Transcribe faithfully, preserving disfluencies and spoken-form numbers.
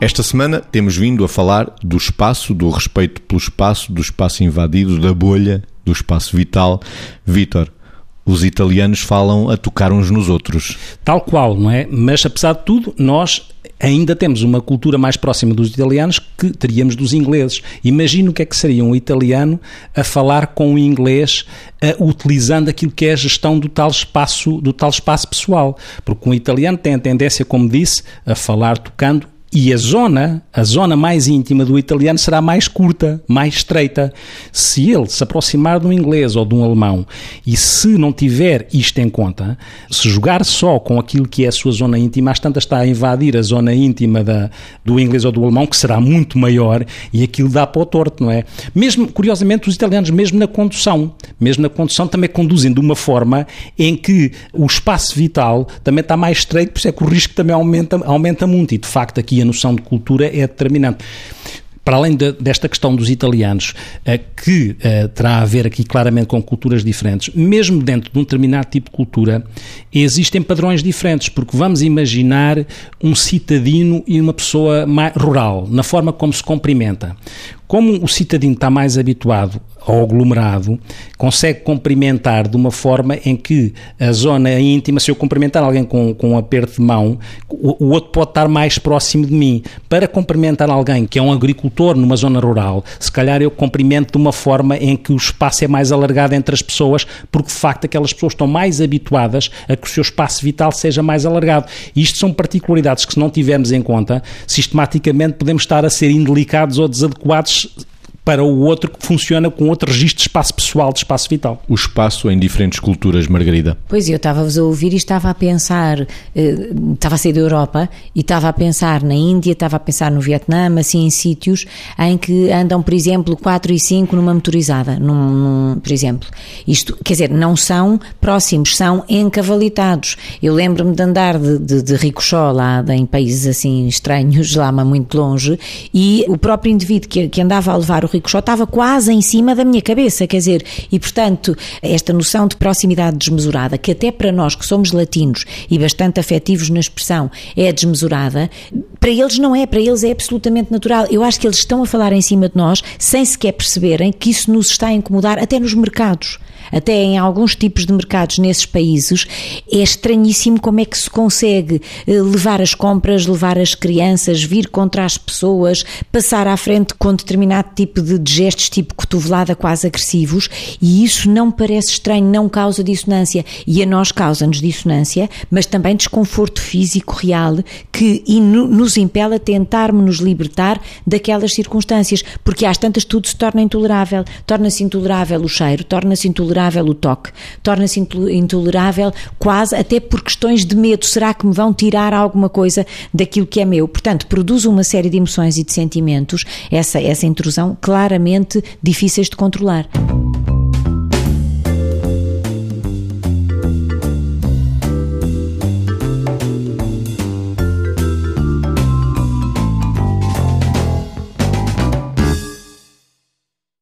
Esta semana temos vindo a falar do espaço, do respeito pelo espaço, do espaço invadido, da bolha, do espaço vital. Vítor, os italianos falam a tocar uns nos outros. Tal qual, não é? Mas, apesar de tudo, nós ainda temos uma cultura mais próxima dos italianos que teríamos dos ingleses. Imagina o que é que seria um italiano a falar com o inglês, uh, utilizando aquilo que é a gestão do tal espaço, do tal espaço pessoal. Porque um italiano tem a tendência, como disse, a falar tocando. E a zona, a zona mais íntima do italiano será mais curta, mais estreita. Se ele se aproximar de um inglês ou de um alemão e se não tiver isto em conta, se jogar só com aquilo que é a sua zona íntima, às tantas está a invadir a zona íntima da, do inglês ou do alemão, que será muito maior, e aquilo dá para o torto, não é? Mesmo, curiosamente, os italianos, mesmo na condução, mesmo na condução também conduzem de uma forma em que o espaço vital também está mais estreito, por isso é que o risco também aumenta, aumenta muito, e de facto aqui a noção de cultura é determinante. Para além de, desta questão dos italianos, uh, que uh, terá a ver aqui claramente com culturas diferentes, mesmo dentro de um determinado tipo de cultura, existem padrões diferentes, porque vamos imaginar um citadino e uma pessoa mais rural, na forma como se cumprimenta. Como o citadino está mais habituado ao aglomerado, consegue cumprimentar de uma forma em que a zona íntima, se eu cumprimentar alguém com, com um aperto de mão, o, o outro pode estar mais próximo de mim. Para cumprimentar alguém que é um agricultor numa zona rural, se calhar eu cumprimento de uma forma em que o espaço é mais alargado entre as pessoas, porque de facto aquelas pessoas estão mais habituadas a que o seu espaço vital seja mais alargado. E isto são particularidades que, se não tivermos em conta, sistematicamente podemos estar a ser indelicados ou desadequados para o outro que funciona com outro registro de espaço pessoal, de espaço vital. O espaço em diferentes culturas, Margarida. Pois, eu estava-vos a ouvir e estava a pensar, eh, estava a sair da Europa e estava a pensar na Índia, estava a pensar no Vietnã, assim em sítios em que andam, por exemplo, quatro e cinco numa motorizada, num, num, por exemplo. Isto, quer dizer, não são próximos, são encavalitados. Eu lembro-me de andar de, de, de ricochó lá em países assim estranhos, lá muito longe, e o próprio indivíduo que, que andava a levar o ricochó estava quase em cima da minha cabeça, quer dizer, e portanto esta noção de proximidade desmesurada, que até para nós que somos latinos e bastante afetivos na expressão, é desmesurada, para eles não é, para eles é absolutamente natural. Eu acho que eles estão a falar em cima de nós sem sequer perceberem que isso nos está a incomodar, até nos mercados. Até em alguns tipos de mercados nesses países, é estranhíssimo como é que se consegue levar as compras, levar as crianças, vir contra as pessoas, passar à frente com determinado tipo de gestos, tipo cotovelada, quase agressivos, e isso não parece estranho, não causa dissonância, e a nós causa-nos dissonância, mas também desconforto físico real que nos impele a tentarmos nos libertar daquelas circunstâncias, porque às tantas tudo se torna intolerável, torna-se intolerável o cheiro, torna-se intolerável o toque, torna-se intolerável quase até por questões de medo. Será que me vão tirar alguma coisa daquilo que é meu? Portanto, produz uma série de emoções e de sentimentos, essa, essa intrusão claramente difíceis de controlar.